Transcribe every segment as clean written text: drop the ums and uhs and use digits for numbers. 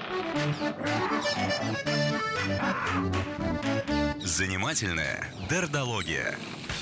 Занимательная дердология.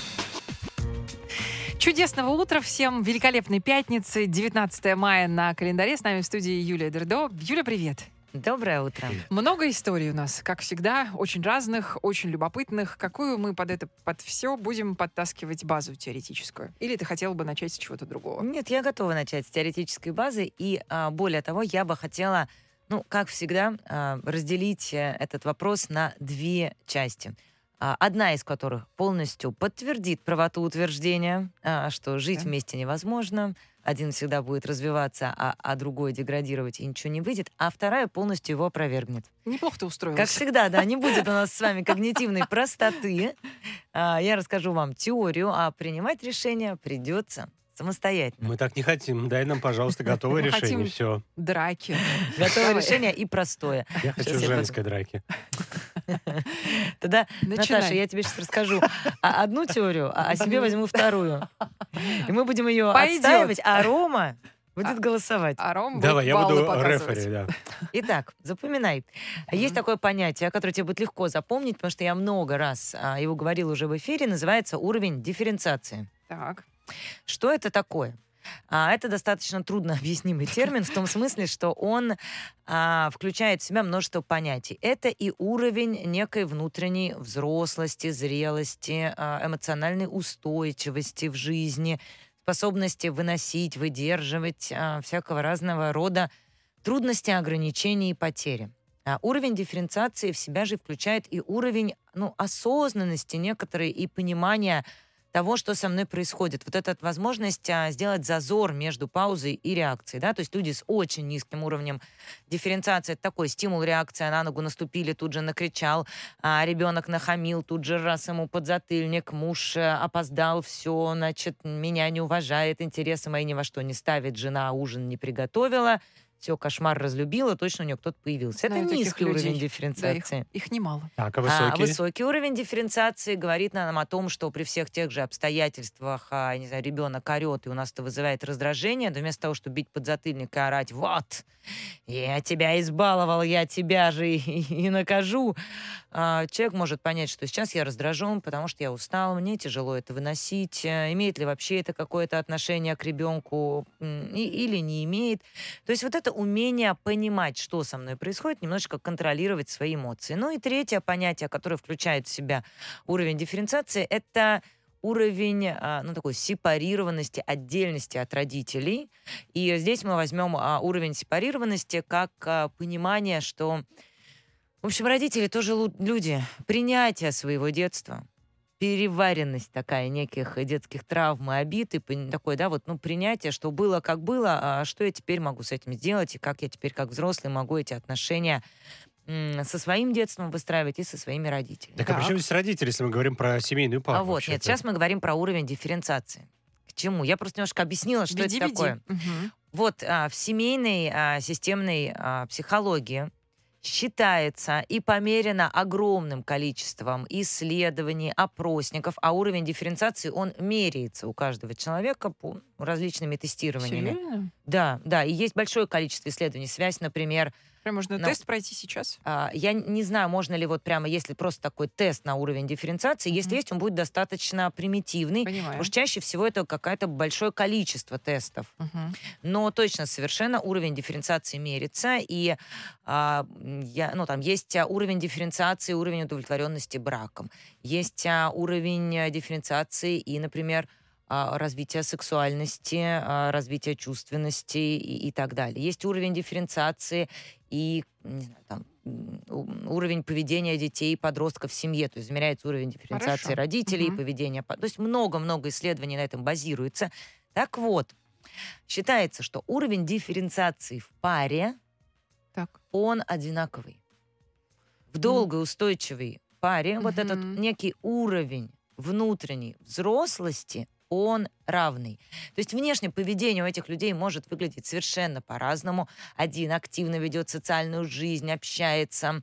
Чудесного утра всем, великолепной пятницы, 19 мая на календаре. С нами в студии Юлия Дердо. Юля, привет. Доброе утро. Много историй у нас, как всегда, очень разных, очень любопытных. Какую мы под все будем подтаскивать базу теоретическую? Или ты хотела бы начать с чего-то другого? Нет, я готова начать с теоретической базы. И более того, я бы хотела, как всегда, разделить этот вопрос на две части. Одна из которых полностью подтвердит правоту утверждения, что жить вместе невозможно, один всегда будет развиваться, а другой деградировать и ничего не выйдет, а вторая полностью его опровергнет. Неплохо ты устроилась. Как всегда, да, не будет у нас с вами когнитивной простоты. Я расскажу вам теорию, а принимать решение придется самостоятельно. Мы так не хотим. Дай нам, пожалуйста, готовое Мы решение. хотим Все. драки. Готовое решение и простое. Я хочу Сейчас я женской драки. Тогда, Начинай. Наташа, я тебе сейчас расскажу одну теорию, а себе возьму вторую. И мы будем ее Пойдет. отстаивать, а Рома будет голосовать. А Ром будет Давай, я баллы буду показывать. рефери, да. Итак, запоминай. Есть такое понятие, которое тебе будет легко запомнить, потому что я много раз его говорила уже в эфире, называется уровень дифференциации. Так. Что это такое? Это достаточно трудно объяснимый термин в том смысле, что он включает в себя множество понятий. Это и уровень некой внутренней взрослости, зрелости, эмоциональной устойчивости в жизни, способности выносить, выдерживать всякого разного рода трудности, ограничения и потери. Уровень дифференциации в себя же включает и уровень осознанности некоторой и понимания того, что со мной происходит. Вот эта возможность сделать зазор между паузой и реакцией. Да? То есть люди с очень низким уровнем дифференциации, это такой стимул, реакция, на ногу наступили, тут же накричал, ребенок нахамил, тут же раз ему подзатыльник, муж опоздал, все, значит, меня не уважает, интересы мои ни во что не ставит, жена ужин не приготовила, все, кошмар разлюбила, точно у нее кто-то появился. Это Знаю таких низкий уровень людей. дифференциации. Да, их немало. Так, а высокий? Высокий уровень дифференциации говорит нам о том, что при всех тех же обстоятельствах, не знаю, ребенок орет, и у нас это вызывает раздражение, но вместо того, чтобы бить подзатыльник и орать, вот, я тебя избаловал, я тебя же и накажу, человек может понять, что сейчас я раздражен, потому что я устал, мне тяжело это выносить, имеет ли вообще это какое-то отношение к ребенку или не имеет. То есть вот это умение понимать, что со мной происходит, немножечко контролировать свои эмоции. Ну и третье понятие, которое включает в себя уровень дифференциации, это уровень такой сепарированности, отдельности от родителей. И здесь мы возьмем уровень сепарированности как понимание, что, в общем, родители тоже люди. Принятие своего детства, переваренность такая неких детских травм и обид, и такое, принятие, что было как было, а что я теперь могу с этим сделать, и как я теперь как взрослый могу эти отношения со своим детством выстраивать и со своими родителями. Так, а при чем здесь родители, если мы говорим про семейную пару? Нет, сейчас мы говорим про уровень дифференциации. К чему? Я просто немножко объяснила, что это такое. Мгм. Вот в семейной системной психологии считается и померено огромным количеством исследований, опросников, а уровень дифференциации, он меряется у каждого человека по различными тестированиями. Серьезно? Да, и есть большое количество исследований. Связь, например, Прям можно Но- тест пройти сейчас? я не знаю, можно ли вот прямо, если просто такой тест на уровень дифференциации, если есть, он будет достаточно примитивный, Понимаю. потому что чаще всего это какое-то большое количество тестов. Мгм. Но точно, совершенно уровень дифференциации мерится, и там есть уровень дифференциации, уровень удовлетворенности браком, есть уровень дифференциации и, например, развития сексуальности, развития чувственности и так далее. Есть уровень дифференциации и не знаю, уровень поведения детей и подростков в семье, то есть измеряется уровень дифференциации Хорошо. родителей, Мгм. поведения. То есть много-много исследований на этом базируется. Так вот, считается, что уровень дифференциации в паре, Так. он одинаковый. В долгой устойчивой паре вот этот Мгм. некий уровень внутренней взрослости, он равный. То есть внешнее поведение у этих людей может выглядеть совершенно по-разному. Один активно ведет социальную жизнь, общается,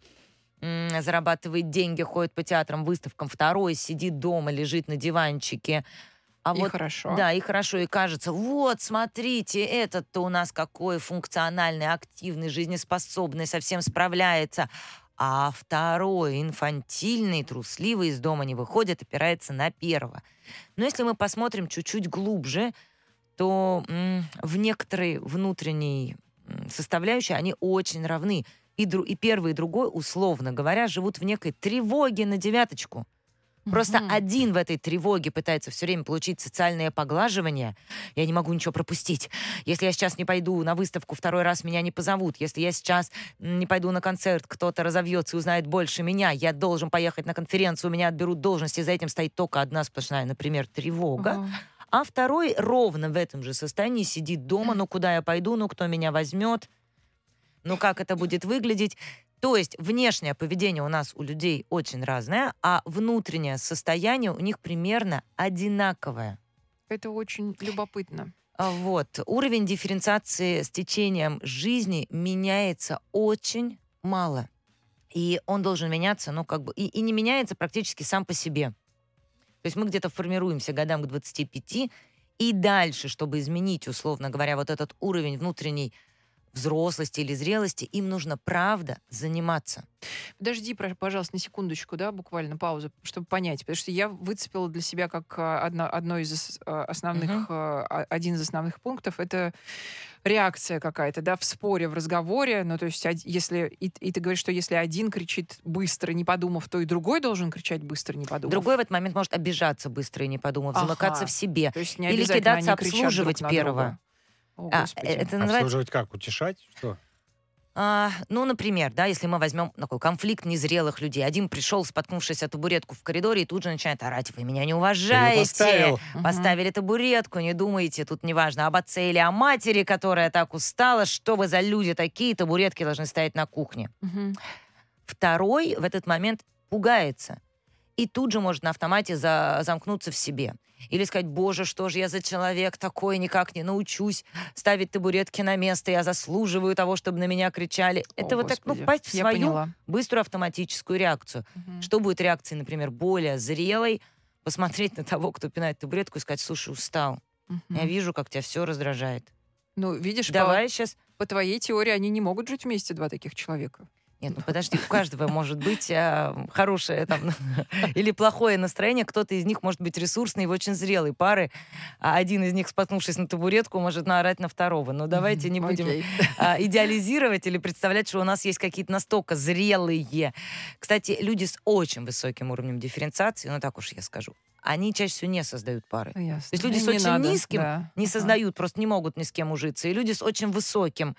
зарабатывает деньги, ходит по театрам, выставкам. Второй сидит дома, лежит на диванчике, А И вот, хорошо. да, и хорошо, и кажется, вот, смотрите, этот-то у нас какой функциональный, активный, жизнеспособный, совсем справляется. А второй, инфантильный, трусливый, из дома не выходит, опирается на первого. Но если мы посмотрим чуть-чуть глубже, то в некоторой внутренней составляющей они очень равны. И первый, и другой, условно говоря, живут в некой тревоге на девяточку. Просто Мгм. один в этой тревоге пытается все время получить социальное поглаживание. Я не могу ничего пропустить. Если я сейчас не пойду на выставку, второй раз меня не позовут. Если я сейчас не пойду на концерт, кто-то разовьется и узнает больше меня. Я должен поехать на конференцию, у меня отберут должности. За этим стоит только одна сплошная, например, тревога. Ага. А второй ровно в этом же состоянии сидит дома. Ну, куда я пойду? Ну, кто меня возьмет? Ну, как это будет выглядеть? То есть внешнее поведение у нас у людей очень разное, а внутреннее состояние у них примерно одинаковое. Это очень любопытно. Вот. Уровень дифференциации с течением жизни меняется очень мало. И он должен меняться, ну, как бы, и не меняется практически сам по себе. То есть мы где-то формируемся годам к 25, и дальше, чтобы изменить, условно говоря, вот этот уровень внутренней взрослости или зрелости, им нужно, правда, заниматься. Подожди, пожалуйста, на секундочку, да, буквально паузу, чтобы понять. Потому что я выцепила для себя как одно из основных, один из основных пунктов. Это реакция какая-то, да, в споре, в разговоре. Ну, то есть, если и ты говоришь, что если один кричит быстро, не подумав, то и другой должен кричать быстро, не подумав. Другой в этот момент может обижаться быстро и не подумав, замыкаться Ага. в себе. То есть не Или обязательно кидаться они кричат обслуживать друг на первого. друга. О, Господи. Это называется... Обслуживать как? Утешать? Что? Ну, например, да, если мы возьмем такой конфликт незрелых людей. Один пришел, споткнувшись о табуретку в коридоре, и тут же начинает орать: вы меня не уважаете. поставил. Поставили табуретку, не думайте, тут неважно об отце или о матери, которая так устала. Что вы за люди такие? Табуретки должны стоять на кухне. Мгм. Второй в этот момент пугается. И тут же может на автомате замкнуться в себе. Или сказать: боже, что же я за человек такой, никак не научусь ставить табуретки на место, я заслуживаю того, чтобы на меня кричали. Это О, вот так, Господи. впасть в Я свою поняла. быструю автоматическую реакцию. Мгм. Что будет реакцией, например, более зрелой? Посмотреть на того, кто пинает табуретку, и сказать: слушай, устал. Мгм. Я вижу, как тебя все раздражает. Ну, видишь, Давай сейчас... по твоей теории они не могут жить вместе, два таких человека. Нет, ну подожди, у каждого может быть хорошее там или плохое настроение. Кто-то из них может быть ресурсный и в очень зрелой пары, а один из них, споткнувшись на табуретку, может наорать на второго. Но давайте не будем Окей. идеализировать или представлять, что у нас есть какие-то настолько зрелые. Кстати, люди с очень высоким уровнем дифференциации, ну так уж я скажу, они чаще всего не создают пары. Ясно. То есть люди с Им не очень надо, низким да. не Ага. создают, просто не могут ни с кем ужиться. И люди с очень высоким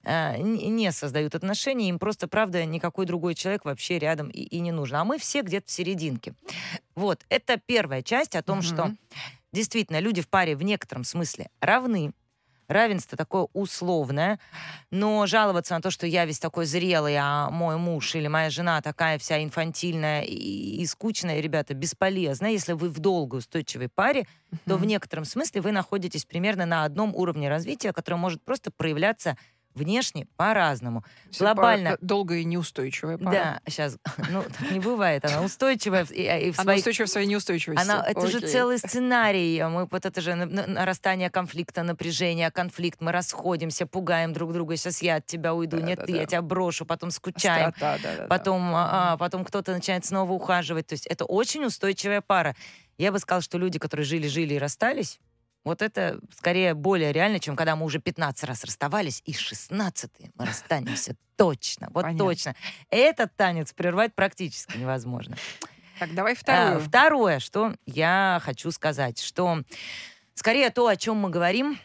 не создают отношения, им просто, правда, никакой другой человек вообще рядом и не нужен. А мы все где-то в серединке. Вот, это первая часть о том, что Мгм. действительно люди в паре в некотором смысле равны. Равенство такое условное, но жаловаться на то, что я весь такой зрелый, а мой муж или моя жена такая вся инфантильная и скучная, ребята, бесполезно. Если вы в долгой устойчивой паре, то в Мгм. некотором смысле вы находитесь примерно на одном уровне развития, который может просто проявляться внешне по-разному. Всё Глобально... долгая и неустойчивая пара. Да, сейчас, ну, так не бывает. Она устойчивая и в Она своих... устойчива в своей неустойчивости. Это же Окей. целый сценарий. Вот это же нарастание конфликта, напряжение, конфликт. Мы расходимся, пугаем друг друга. Сейчас я от тебя уйду, нет, ты, Да-да-да. я тебя брошу, потом скучаем. Острота, да-да-да. Потом кто-то начинает снова ухаживать. То есть это очень устойчивая пара. Я бы сказала, что люди, которые жили-жили и расстались, вот это скорее более реально, чем когда мы уже 15 раз расставались, и 16-й мы расстанемся точно, вот Понятно. точно. Этот танец прервать практически невозможно. Так, давай вторую. Второе, что я хочу сказать, что скорее то, о чем мы говорим,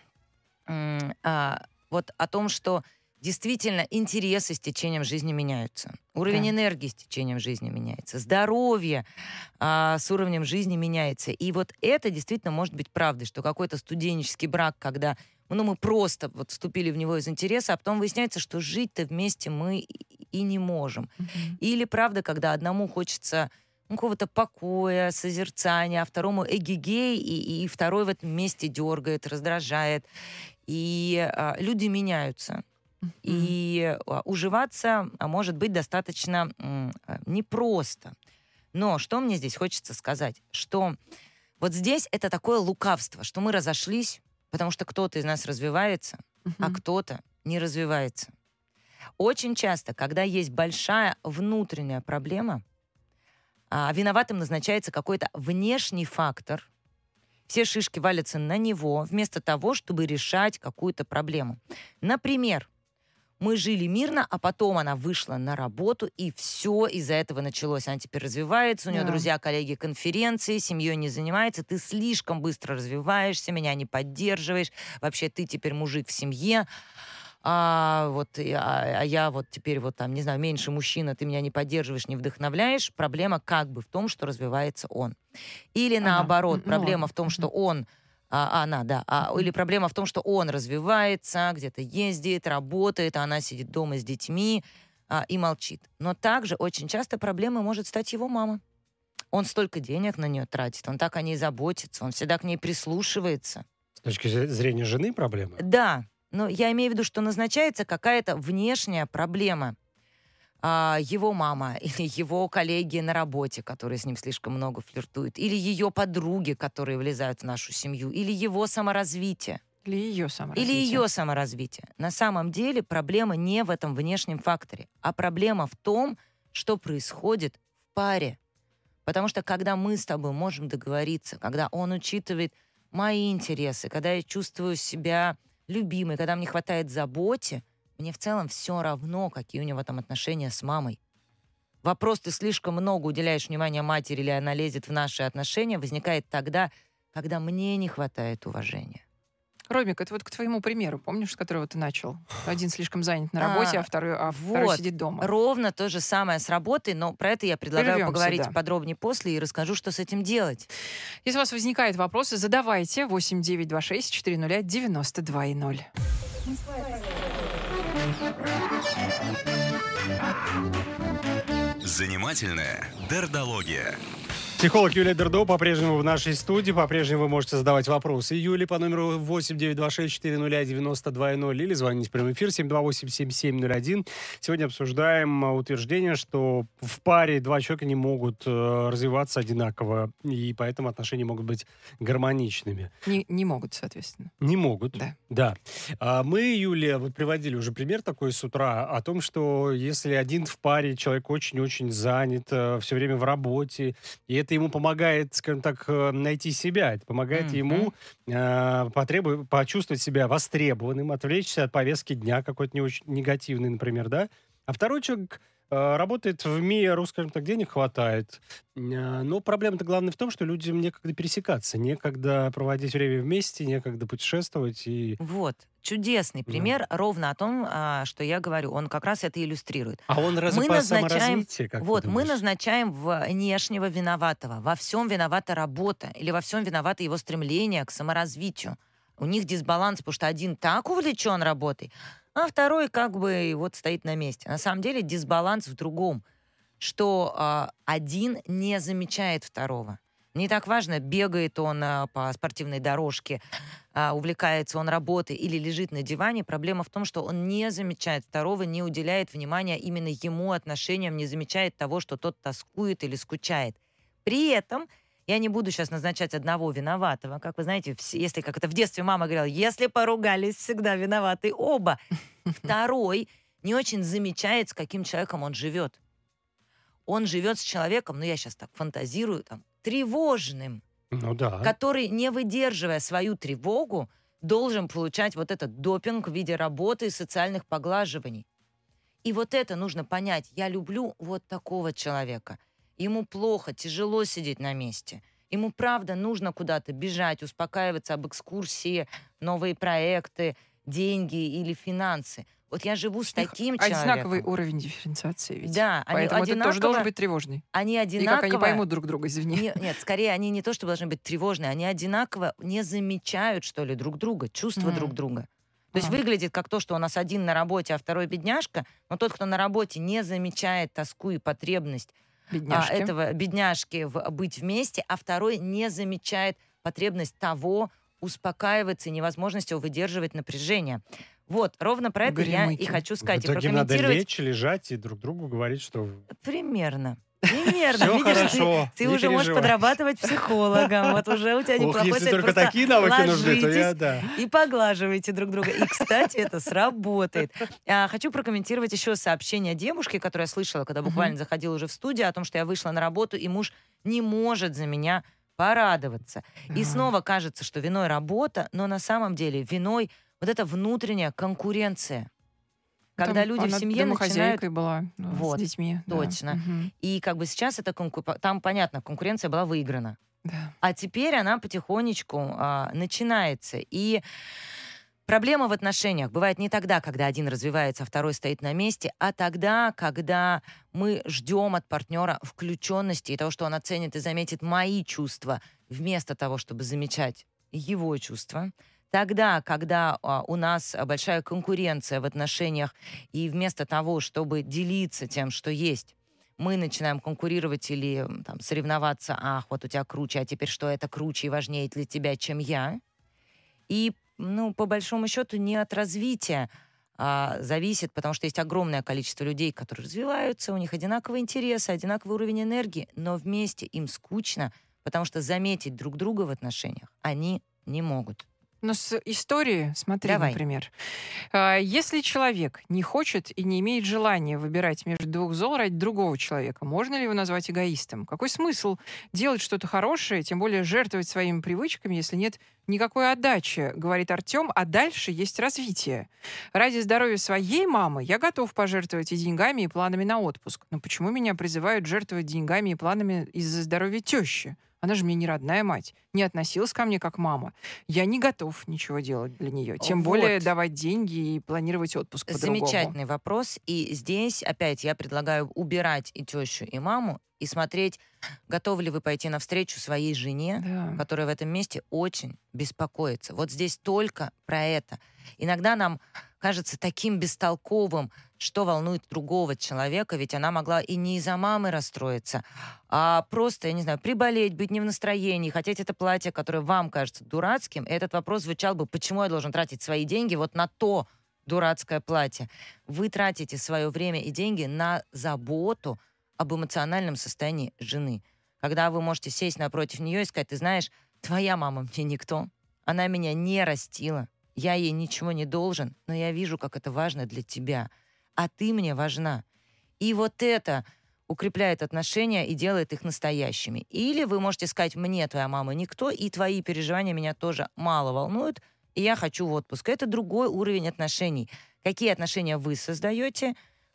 вот о том, что действительно интересы с течением жизни меняются. Уровень Да. энергии с течением жизни меняется. Здоровье с уровнем жизни меняется. И вот это действительно может быть правдой, что какой-то студенческий брак, когда мы просто вот вступили в него из интереса, а потом выясняется, что жить-то вместе мы и не можем. Мгм. Или правда, когда одному хочется какого-то покоя, созерцания, а второму эгегей, и второй в этом месте дергает, раздражает. И люди меняются. И уживаться может быть достаточно непросто. Но что мне здесь хочется сказать? Что Вот здесь это такое лукавство, что мы разошлись, потому что кто-то из нас развивается, а кто-то не развивается. Очень часто, когда есть большая внутренняя проблема, виноватым назначается какой-то внешний фактор, все шишки валятся на него, вместо того, чтобы решать какую-то проблему. Например, мы жили мирно, а потом она вышла на работу, и все из-за этого началось. Она теперь развивается, у нее друзья, коллеги, конференции, семьей не занимается, ты слишком быстро развиваешься, меня не поддерживаешь, вообще ты теперь мужик в семье, я вот теперь вот там, не знаю, меньше мужчина, ты меня не поддерживаешь, не вдохновляешь. Проблема как бы в том, что развивается он. Или наоборот, проблема в том, что он, или проблема в том, что он развивается, где-то ездит, работает, а она сидит дома с детьми и молчит. Но также очень часто проблемой может стать его мама. Он столько денег на нее тратит, он так о ней заботится, он всегда к ней прислушивается. С точки зрения жены проблема? Да. Но я имею в виду, что назначается какая-то внешняя проблема. Его мама или его коллеги на работе, которые с ним слишком много флиртуют, или ее подруги, которые влезают в нашу семью, или его саморазвитие. Или ее саморазвитие. На самом деле проблема не в этом внешнем факторе, а проблема в том, что происходит в паре. Потому что когда мы с тобой можем договориться, когда он учитывает мои интересы, когда я чувствую себя любимый, когда мне хватает заботы, мне в целом все равно, какие у него там отношения с мамой. Вопрос, ты слишком много уделяешь внимания матери или она лезет в наши отношения, возникает тогда, когда мне не хватает уважения. Ромик, это вот к твоему примеру, помнишь, с которого ты начал? Один слишком занят на работе, а второй сидит дома. Ровно то же самое с работой, но про это я предлагаю поговорить подробнее после и расскажу, что с этим делать. Если у вас возникают вопросы, задавайте 8-926-400-92-0. Занимательная дердология. Психолог Юлия Дердо по-прежнему в нашей студии. По-прежнему вы можете задавать вопросы Юле по номеру 8-926-400-92-0 или звонить в прямой эфир 728-7701. Сегодня обсуждаем утверждение, что в паре два человека не могут развиваться одинаково, и поэтому отношения могут быть гармоничными. Не могут, соответственно. Не могут? Да. Мы, Юлия, вот приводили уже пример такой с утра о том, что если один в паре человек очень-очень занят, все время в работе, и это ему помогает, скажем так, найти себя. Это помогает ему почувствовать себя востребованным, отвлечься от повестки дня какой-то не очень негативный, например, да? А второй человек работает в меру, скажем так, денег хватает. Но проблема-то главная в том, что людям некогда пересекаться, некогда проводить время вместе, некогда путешествовать. Вот. Чудесный пример ровно о том, что я говорю. Он как раз это иллюстрирует. А он разве по саморазвитию, как Вот, ты мы думаешь? назначаем внешнего виноватого. Во всем виновата работа. Или во всем виновато его стремление к саморазвитию. У них дисбаланс, потому что один так увлечен работой, а второй как бы вот стоит на месте. На самом деле дисбаланс в другом, что один не замечает второго. Не так важно, бегает он по спортивной дорожке, увлекается он работой или лежит на диване. Проблема в том, что он не замечает второго, не уделяет внимания именно ему отношениям, не замечает того, что тот тоскует или скучает. При этом я не буду сейчас назначать одного виноватого. Как вы знаете, если, как это в детстве мама говорила, если поругались, всегда виноваты оба. Второй не очень замечает, с каким человеком он живет. Он живет с человеком, я сейчас так фантазирую, тревожным, который, не выдерживая свою тревогу, должен получать вот этот допинг в виде работы и социальных поглаживаний. И вот это нужно понять. Я люблю вот такого человека. Ему плохо, тяжело сидеть на месте. Ему, правда, нужно куда-то бежать, успокаиваться об экскурсии, новые проекты, деньги или финансы. Вот я живу с таким человеком. Одинаковый уровень дифференциации ведь. Да, поэтому это тоже должен быть тревожный. Они одинаково... И как они поймут друг друга, извини. Нет, скорее, они не то, что должны быть тревожные, они одинаково не замечают, что ли, друг друга, чувства друг друга. То есть выглядит как то, что у нас один на работе, а второй бедняжка, но тот, кто на работе, не замечает тоску и потребность этого бедняжки быть вместе, а второй не замечает потребность того успокаиваться и невозможность его выдерживать напряжение. Вот, ровно про это я и хочу сказать. В итоге надо лечь, лежать и друг другу говорить, что... Примерно. Примерно. Все Видишь, хорошо, ты не уже можешь переживай. подрабатывать психологом. Вот уже у тебя Ох, неплохой если совет. только Просто такие навыки нужны, то я, ложитесь да. и поглаживайте друг друга. И, кстати, это сработает. Хочу прокомментировать еще сообщение девушки, которое я слышала, когда буквально заходила уже в студию, о том, что я вышла на работу, и муж не может за меня порадоваться. И Да. снова кажется, что виной работа, но на самом деле виной вот эта внутренняя конкуренция. Когда Там люди в она семье начинают... домохозяйкой была, ну, Вот, с детьми. Да. точно. Мгм. И как бы сейчас это там, понятно, конкуренция была выиграна. Да. А теперь она потихонечку начинается. И проблема в отношениях бывает не тогда, когда один развивается, а второй стоит на месте, а тогда, когда мы ждем от партнера включенности и того, что он оценит и заметит мои чувства, вместо того, чтобы замечать его чувства. Тогда, когда у нас большая конкуренция в отношениях, и вместо того, чтобы делиться тем, что есть, мы начинаем конкурировать или там, соревноваться, ах, вот у тебя круче, а теперь что, это круче и важнее для тебя, чем я. И, ну, по большому счету, не от развития зависит, потому что есть огромное количество людей, которые развиваются, у них одинаковые интересы, одинаковый уровень энергии, но вместе им скучно, потому что заметить друг друга в отношениях они не могут. Но с истории, смотри, Давай. например. Если человек не хочет и не имеет желания выбирать между двух зол ради другого человека, можно ли его назвать эгоистом? Какой смысл делать что-то хорошее, тем более жертвовать своими привычками, если нет никакой отдачи, говорит Артем, а дальше есть развитие. Ради здоровья своей мамы я готов пожертвовать и деньгами, и планами на отпуск. Но почему меня призывают жертвовать деньгами и планами из-за здоровья тещи? Она же мне не родная мать, не относилась ко мне как мама. Я не готов ничего делать для нее. Тем более Вот. давать деньги и планировать отпуск по-другому. Замечательный вопрос. И здесь опять я предлагаю убирать и тещу, и маму, и смотреть, готовы ли вы пойти навстречу своей жене, Да. которая в этом месте очень беспокоится. Вот здесь только про это. Иногда нам кажется таким бестолковым, что волнует другого человека, ведь она могла и не из-за мамы расстроиться, а просто, я не знаю, приболеть, быть не в настроении, хотеть это платье, которое вам кажется дурацким, и этот вопрос звучал бы, почему я должен тратить свои деньги вот на то дурацкое платье. Вы тратите свое время и деньги на заботу об эмоциональном состоянии жены. Когда вы можете сесть напротив нее и сказать, ты знаешь, твоя мама мне никто, она меня не растила, я ей ничего не должен, но я вижу, как это важно для тебя, а ты мне важна. И вот это укрепляет отношения и делает их настоящими. Или вы можете сказать, мне твоя мама никто, и твои переживания меня тоже мало волнуют, и я хочу в отпуск. Это другой уровень отношений. Какие отношения вы создаете?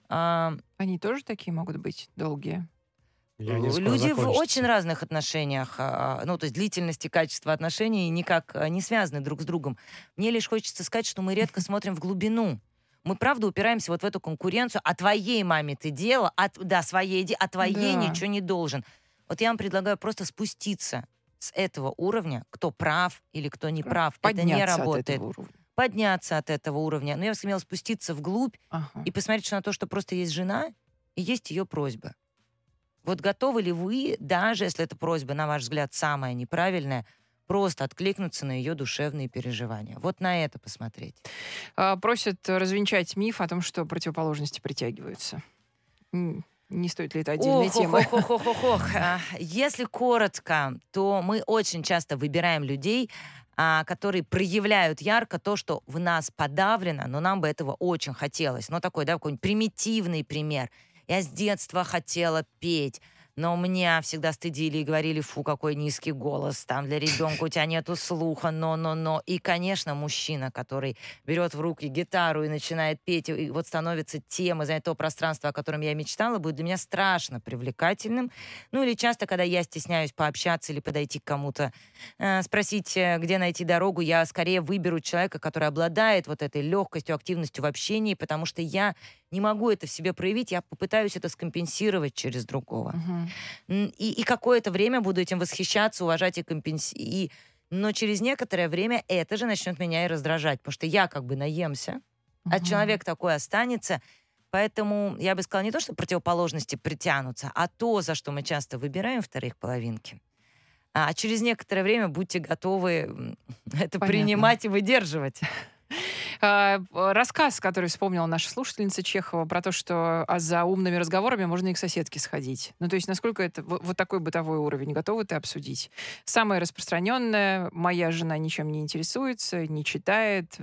Они тоже такие могут быть долгие? Я не скоро Люди в закончится. очень разных отношениях, ну, то есть длительность и качество отношений никак не связаны друг с другом. Мне лишь хочется сказать, что мы редко смотрим в глубину. Мы, правда, упираемся вот в эту конкуренцию. А твоей маме ты делала, своей, а твоей Да. ничего не должен. Вот я вам предлагаю просто спуститься с этого уровня, кто прав или кто не прав. Это не Подняться от работает. этого уровня. Подняться от этого уровня. Но я бы смела спуститься вглубь Ага. и посмотреть на то, что просто есть жена и есть ее просьба. Вот готовы ли вы, даже если эта просьба, на ваш взгляд, самая неправильная, просто откликнуться на ее душевные переживания? Вот на это посмотреть. Просят развенчать миф о том, что противоположности притягиваются. Не стоит ли это отдельная тема? Ох. Если коротко, то мы очень часто выбираем людей, которые проявляют ярко то, что в нас подавлено, но нам бы этого очень хотелось. Ну, такой, да, какой-нибудь примитивный пример. Я с детства хотела петь, но меня всегда стыдили и говорили, фу, какой низкий голос, там для ребенка у тебя нету слуха, но. И, конечно, мужчина, который берет в руки гитару и начинает петь, и вот становится темой, занять то пространство, о котором я мечтала, будет для меня страшно привлекательным. Ну или часто, когда я стесняюсь пообщаться или подойти к кому-то, спросить, где найти дорогу, я скорее выберу человека, который обладает вот этой легкостью, активностью в общении, потому что я не могу это в себе проявить, я попытаюсь это скомпенсировать через другого. Мгм. И какое-то время буду этим восхищаться, уважать и компенсировать. Но через некоторое время это же начнет меня и раздражать, потому что я как бы наемся, а Мгм. человек такой останется. Поэтому я бы сказала не то, что противоположности притянутся, а то, за что мы часто выбираем вторых половинки. А через некоторое время будьте готовы это Понятно. принимать и выдерживать. Рассказ, который вспомнила наша слушательница Чехова про то, что за умными разговорами можно и к соседке сходить. Ну, то есть насколько это вот такой бытовой уровень, готовы ты обсудить? Самое распространенное: моя жена ничем не интересуется, не читает,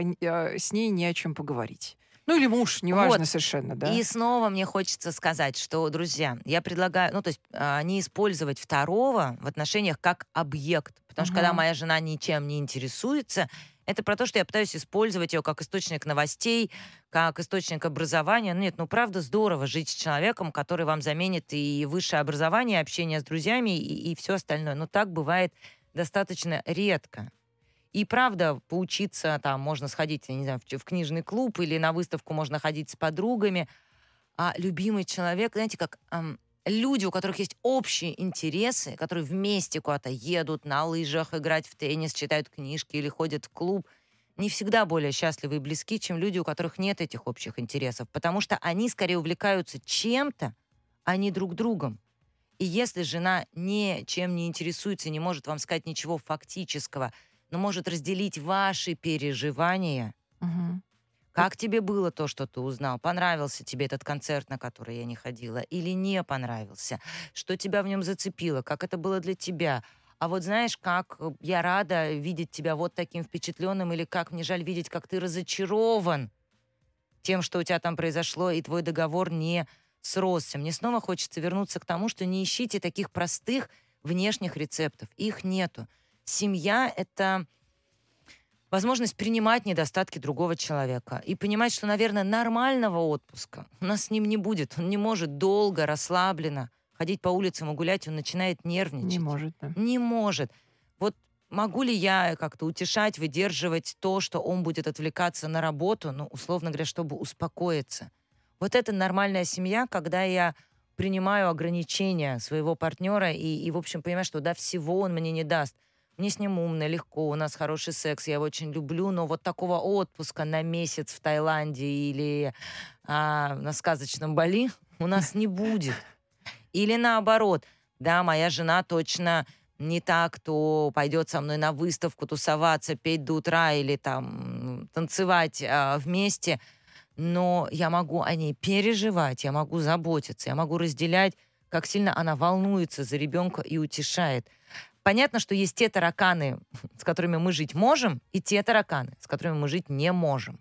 с ней не о чем поговорить. Ну, или муж, неважно Вот. совершенно, да? И снова мне хочется сказать, что, друзья, я предлагаю, ну, то есть не использовать второго в отношениях как объект. Потому что когда Мгм. моя жена ничем не интересуется, это про то, что я пытаюсь использовать ее как источник новостей, как источник образования. Ну, нет, ну, правда, здорово жить с человеком, который вам заменит и высшее образование, и общение с друзьями, и все остальное. Но так бывает достаточно редко. И правда, поучиться, там, можно сходить, я не знаю, в книжный клуб или на выставку можно ходить с подругами. А любимый человек, знаете, как люди, у которых есть общие интересы, которые вместе куда-то едут, на лыжах играть в теннис, читают книжки или ходят в клуб, не всегда более счастливы и близки, чем люди, у которых нет этих общих интересов. Потому что они скорее увлекаются чем-то, а не друг другом. И если жена ничем не интересуется, не может вам сказать ничего фактического, но может разделить ваши переживания, Мгм. как тебе было то, что ты узнал, понравился тебе этот концерт, на который я не ходила, или не понравился, что тебя в нем зацепило, как это было для тебя. А вот знаешь, как я рада видеть тебя вот таким впечатленным, или как мне жаль видеть, как ты разочарован тем, что у тебя там произошло, и твой договор не сросся. Мне снова хочется вернуться к тому, что не ищите таких простых внешних рецептов. Их нету. Семья — это возможность принимать недостатки другого человека и понимать, что, наверное, нормального отпуска у нас с ним не будет. Он не может долго, расслабленно ходить по улицам и гулять, он начинает нервничать. Не может, да. Не может. Вот могу ли я как-то утешать, выдерживать то, что он будет отвлекаться на работу, ну, условно говоря, чтобы успокоиться? Вот это нормальная семья, когда я принимаю ограничения своего партнера и, в общем, понимаю, что да, всего он мне не даст. Мне с ним умно, легко, у нас хороший секс, я его очень люблю, но вот такого отпуска на месяц в Таиланде или на сказочном Бали у нас не будет. Или наоборот, да, моя жена точно не та, кто пойдет со мной на выставку тусоваться, петь до утра или там танцевать вместе, но я могу о ней переживать, я могу заботиться, я могу разделять, как сильно она волнуется за ребенка и утешает. Понятно, что есть те тараканы, с которыми мы жить можем, и те тараканы, с которыми мы жить не можем.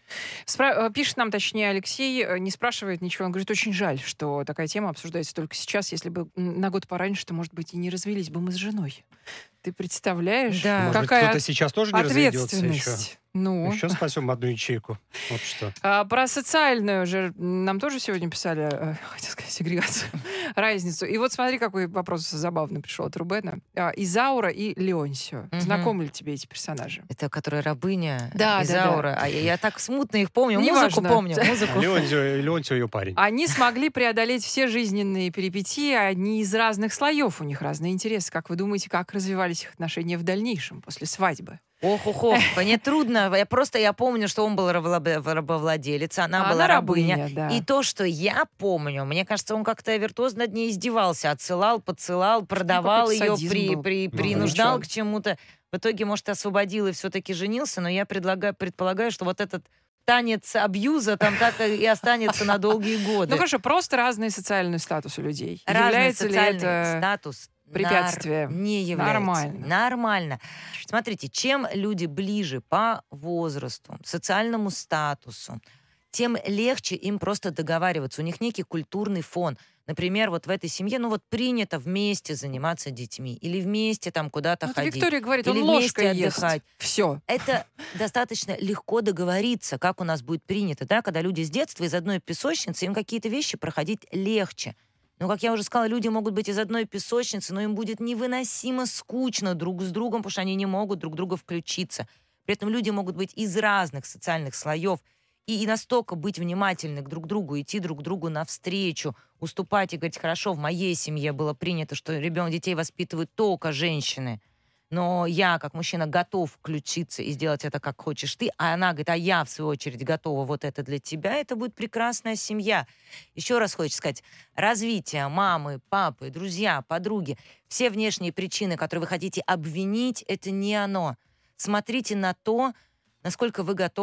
Пишет нам, точнее, Алексей, не спрашивает ничего. Он говорит, очень жаль, что такая тема обсуждается только сейчас. Если бы на год пораньше, то, может быть, и не развелись бы мы с женой. Ты представляешь, Да. Может быть, какая кто-то сейчас тоже не разведется еще. ответственность? Ну, Еще спасем одну ячейку. Вот что. Про социальную же нам тоже сегодня писали, хотел сказать, сегрегацию, разницу. И вот смотри, какой вопрос забавный пришел от Рубена. Изаура и Леонсио. Мгм. Знакомы ли тебе эти персонажи? Это которая рабыня Да, да, Изаура. А я так смутно их помню. Неважно. Музыку помню. Музыку. Леонтио ее парень. Они смогли преодолеть все жизненные перипетии, они из разных слоев, у них разные интересы. Как вы думаете, как развивались их отношения в дальнейшем, после свадьбы? Ох, мне трудно. Я помню, что он был рабовладелец, она была рабыня. да. И то, что я помню, мне кажется, он как-то виртуозно над ней издевался. Отсылал, подсылал, продавал какой-то ее, садизм был. принуждал Вовлечен. к чему-то. В итоге, может, освободил и все-таки женился, но я предполагаю, что вот этот танец абьюза там так и останется на долгие годы. Ну хорошо, просто разный социальный статус у людей. Разный Является ли социальный это статус препятствием? не является. Нормально. Нормально. Смотрите, чем люди ближе по возрасту, социальному статусу, тем легче им просто договариваться. У них некий культурный фон. Например, вот в этой семье, ну вот принято вместе заниматься детьми или вместе там куда-то Ну, это ходить. Виктория говорит, или он ложкой вместе ест. отдыхать. Все. Это достаточно легко договориться, как у нас будет принято, да, когда люди с детства из одной песочницы, им какие-то вещи проходить легче. Но, как я уже сказала, люди могут быть из одной песочницы, но им будет невыносимо скучно друг с другом, потому что они не могут друг друга включиться. При этом люди могут быть из разных социальных слоев и настолько быть внимательны к друг другу, идти друг другу навстречу, уступать и говорить, хорошо, в моей семье было принято, что детей воспитывают только женщины, но я, как мужчина, готов включиться и сделать это, как хочешь ты, а она говорит, а я, в свою очередь, готова вот это для тебя, это будет прекрасная семья. Еще раз хочется сказать, развитие мамы, папы, друзья, подруги, все внешние причины, которые вы хотите обвинить, это не оно. Смотрите на то, насколько вы готовы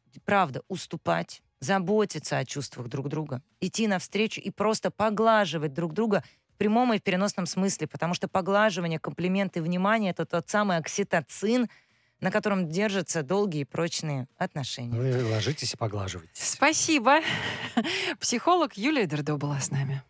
правда, уступать, заботиться о чувствах друг друга, идти навстречу и просто поглаживать друг друга в прямом и в переносном смысле, потому что поглаживание, комплименты, внимание — это тот самый окситоцин, на котором держатся долгие и прочные отношения. Вы ложитесь и поглаживаетесь. Спасибо. Психолог Юлия Дердо была с нами.